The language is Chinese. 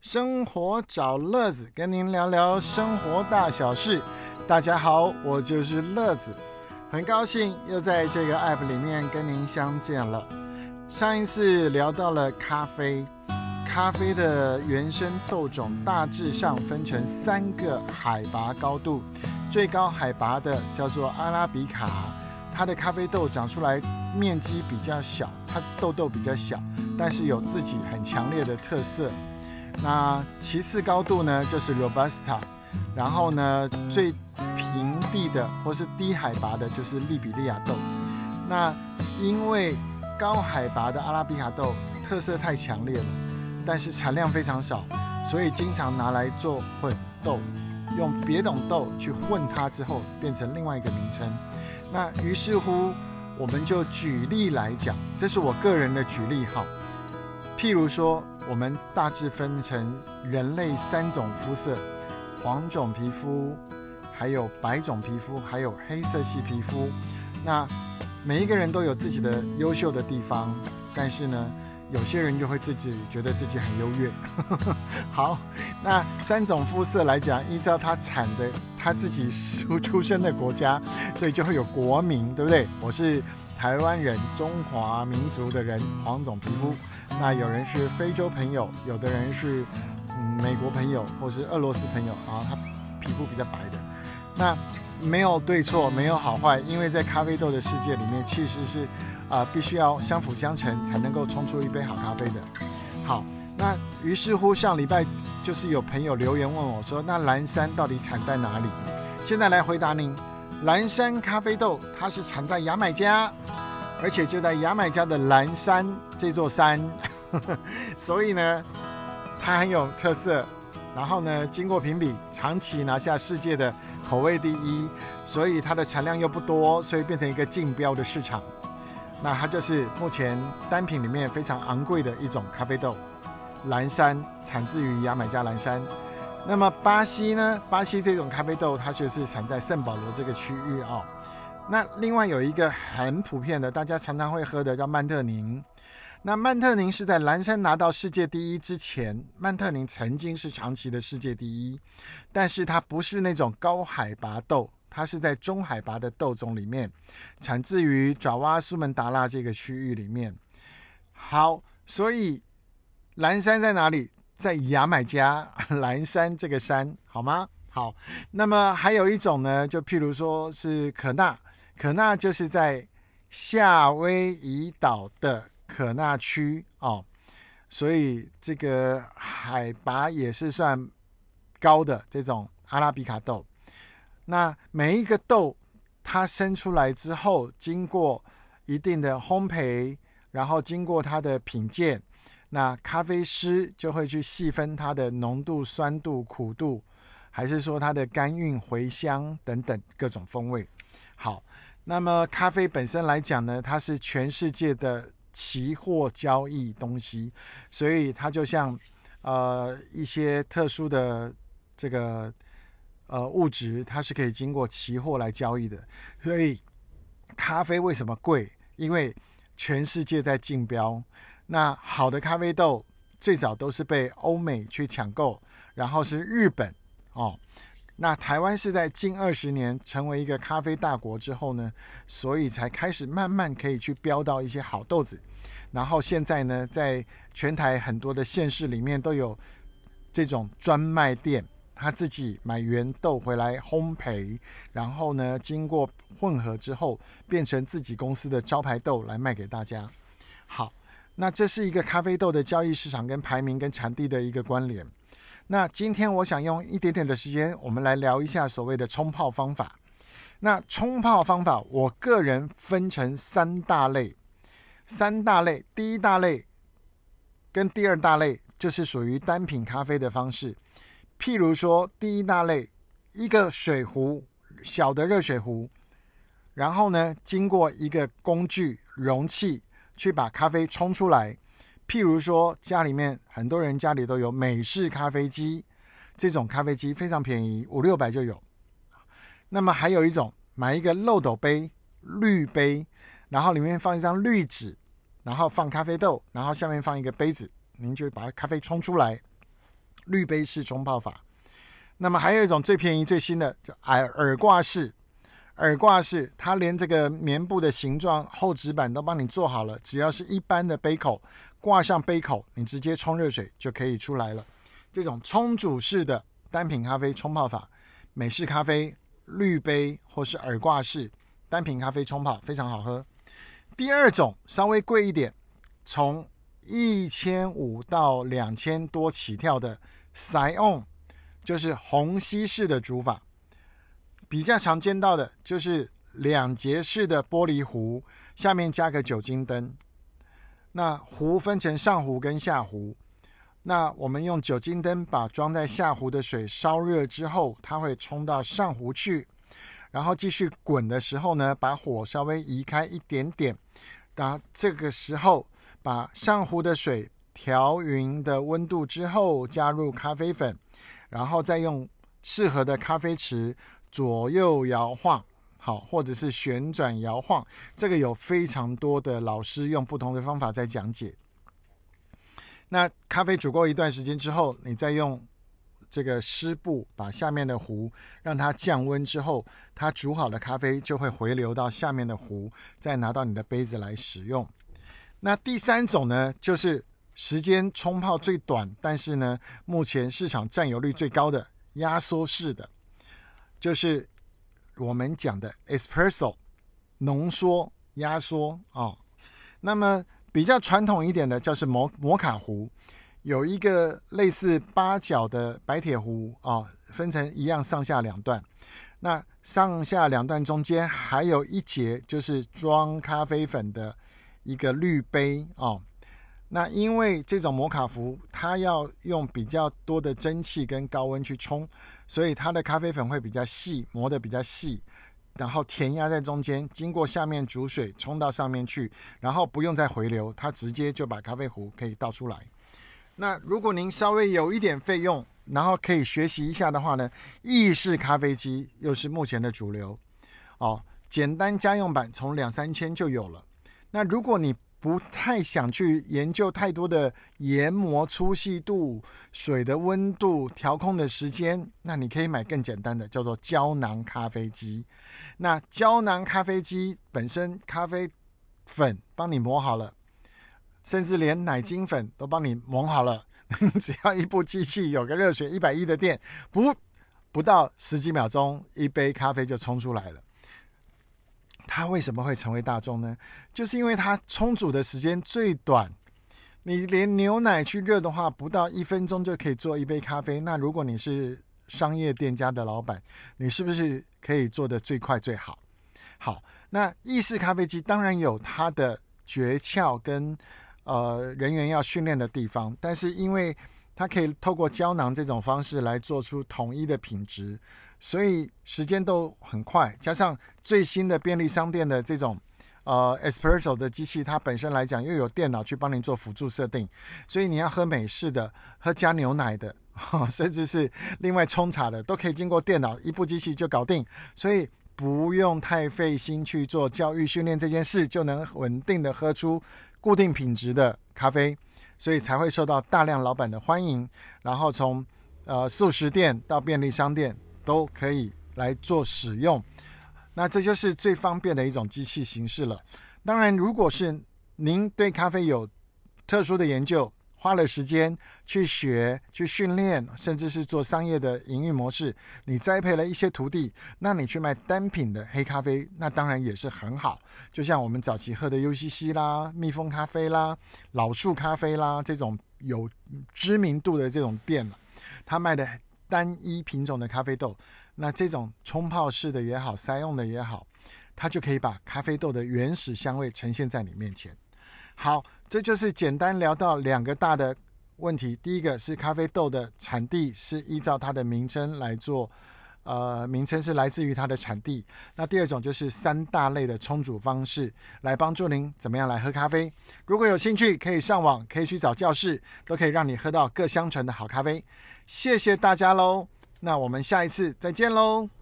生活找乐子，跟您聊聊生活大小事。大家好，我就是乐子，很高兴又在这个 app 里面跟您相见了。上一次聊到了咖啡，咖啡的原生豆种大致上分成3个海拔高度，最高海拔的叫做阿拉比卡，它的咖啡豆长出来面积比较小，它豆豆比较小，但是有自己很强烈的特色。那其次高度呢就是 Robusta， 然后呢最平地的或是低海拔的就是利比利亚豆。那因为高海拔的阿拉比卡豆特色太强烈了，但是产量非常少，所以经常拿来做混豆，用别种豆去混它之后变成另外一个名称。那于是乎我们就举例来讲，这是我个人的举例哈。譬如说我们大致分成人类3种肤色，黄种皮肤，还有白种皮肤，还有黑色系皮肤。那每一个人都有自己的优秀的地方，但是呢有些人就会自己觉得自己很优越好，那3种肤色来讲，依照他产的他自己出生的国家，所以就会有国名，对不对？我是台湾人，中华民族的人，黄种皮肤。那有人是非洲朋友，有的人是美国朋友，或是俄罗斯朋友啊，他皮肤比较白的。那没有对错，没有好坏，因为在咖啡豆的世界里面，其实是必须要相辅相成，才能够冲出一杯好咖啡的。好，那于是乎上礼拜就是有朋友留言问我说，那蓝山到底产在哪里？现在来回答您，蓝山咖啡豆它是产在牙买加，而且就在牙买加的蓝山这座山所以呢它很有特色，然后呢经过评比，长期拿下世界的口味第1，所以它的产量又不多，所以变成一个竞标的市场。那它就是目前单品里面非常昂贵的一种咖啡豆，蓝山，产自于牙买加蓝山。那么巴西呢？巴西这种咖啡豆它就是产在圣保罗这个区域哦。那另外有一个很普遍的，大家常常会喝的叫曼特宁。那曼特宁是在蓝山拿到世界第1之前，曼特宁曾经是长期的世界第1，但是它不是那种高海拔豆，它是在中海拔的豆种里面，产自于爪哇苏门答腊这个区域里面。好，所以蓝山在哪里？在牙买加蓝山这个山，好吗？好，那么还有一种呢，就譬如说是可纳，可纳就是在夏威夷岛的可纳区哦，所以这个海拔也是算高的这种阿拉比卡豆。那每一个豆它生出来之后，经过一定的烘焙，然后经过它的品鉴，那咖啡师就会去细分它的浓度、酸度、苦度，还是说它的甘韵、回香等等各种风味。好，那么咖啡本身来讲呢，它是全世界的期货交易东西，所以它就像一些特殊的这个物质，它是可以经过期货来交易的。所以咖啡为什么贵？因为全世界在竞标。那好的咖啡豆最早都是被欧美去抢购，然后是日本哦。那台湾是在近20年成为一个咖啡大国之后呢，所以才开始慢慢可以去标到一些好豆子。然后现在呢，在全台很多的县市里面都有这种专卖店，他自己买原豆回来烘焙，然后呢经过混合之后变成自己公司的招牌豆来卖给大家。好，那这是一个咖啡豆的交易市场跟排名跟产地的一个关联。那今天我想用一点点的时间，我们来聊一下所谓的冲泡方法。那冲泡方法我个人分成3大类，第一大类跟第2大类就是属于单品咖啡的方式。譬如说第一大类，一个水壶，小的热水壶，然后呢经过一个工具容器去把咖啡冲出来。譬如说家里面很多人家里都有美式咖啡机，这种咖啡机非常便宜，500-600就有。那么还有一种，买一个漏斗杯，滤杯，然后里面放一张滤纸，然后放咖啡豆，然后下面放一个杯子，您就把咖啡冲出来。 滤杯式冲泡法。那么还有一种最便宜最新的就耳挂式，它连这个棉布的形状厚纸板都帮你做好了，只要是一般的杯口，挂上杯口，你直接冲热水就可以出来了。这种冲煮式的单品咖啡冲泡法，美式咖啡滤杯或是耳挂式单品咖啡冲泡非常好喝。第二种稍微贵一点，从1500到2000多起跳的 Scion， 就是虹吸式的煮法。比较常见到的就是2节式的玻璃壶，下面加个酒精灯。那壶分成上壶跟下壶，那我们用酒精灯把装在下壶的水烧热之后，它会冲到上壶去，然后继续滚的时候呢，把火稍微移开一点点。那这个时候把上壶的水调匀的温度之后，加入咖啡粉，然后再用适合的咖啡匙左右摇晃，好，或者是旋转摇晃。这个有非常多的老师用不同的方法在讲解。那咖啡煮过一段时间之后，你再用这个湿布把下面的壶让它降温之后，它煮好的咖啡就会回流到下面的壶，再拿到你的杯子来使用。那第三种呢，就是时间冲泡最短，但是呢目前市场占有率最高的压缩式的，就是我们讲的 espresso 浓缩压缩那么比较传统一点的就是摩卡壶，有一个类似8角的白铁壶分成一样上下2段，那上下2段中间还有一节就是装咖啡粉的一个滤杯那因为这种摩卡壶它要用比较多的蒸汽跟高温去冲，所以它的咖啡粉会比较细，磨得比较细，然后填压在中间，经过下面煮水冲到上面去，然后不用再回流，它直接就把咖啡壶可以倒出来。那如果您稍微有一点费用，然后可以学习一下的话呢，意式咖啡机又是目前的主流简单家用版从2-3千就有了。那如果你不太想去研究太多的研磨粗细度、水的温度、调控的时间，那你可以买更简单的，叫做胶囊咖啡机。那胶囊咖啡机本身咖啡粉帮你磨好了，甚至连奶精粉都帮你磨好了只要一部机器有个热水110的电，不到10几秒钟，一杯咖啡就冲出来了。它为什么会成为大众呢？就是因为它冲煮的时间最短，你连牛奶去热的话，不到1分钟就可以做一杯咖啡。那如果你是商业店家的老板，你是不是可以做得最快最好？好，那意式咖啡机当然有它的诀窍跟人员要训练的地方，但是因为它可以透过胶囊这种方式来做出统一的品质，所以时间都很快，加上最新的便利商店的这种espresso 的机器，它本身来讲又有电脑去帮你做辅助设定，所以你要喝美式的、喝加牛奶的甚至是另外冲茶的，都可以经过电脑一部机器就搞定，所以不用太费心去做教育训练这件事，就能稳定的喝出固定品质的咖啡，所以才会受到大量老板的欢迎，然后从速食店到便利商店都可以来做使用。那这就是最方便的一种机器形式了。当然如果是您对咖啡有特殊的研究，花了时间去学去训练，甚至是做商业的营运模式，你栽培了一些徒弟，那你去卖单品的黑咖啡，那当然也是很好。就像我们早期喝的 UCC 啦、蜜蜂咖啡啦、老树咖啡啦，这种有知名度的这种店，他卖的单一品种的咖啡豆，那这种冲泡式的也好，塞用的也好，它就可以把咖啡豆的原始香味呈现在你面前。好，这就是简单聊到2个大的问题。第一个是咖啡豆的产地是依照它的名称来做，名称是来自于它的产地。那第二种就是3大类的冲煮方式，来帮助您怎么样来喝咖啡。如果有兴趣，可以上网，可以去找教室，都可以让你喝到各相传的好咖啡。谢谢大家喽，那我们下一次再见喽。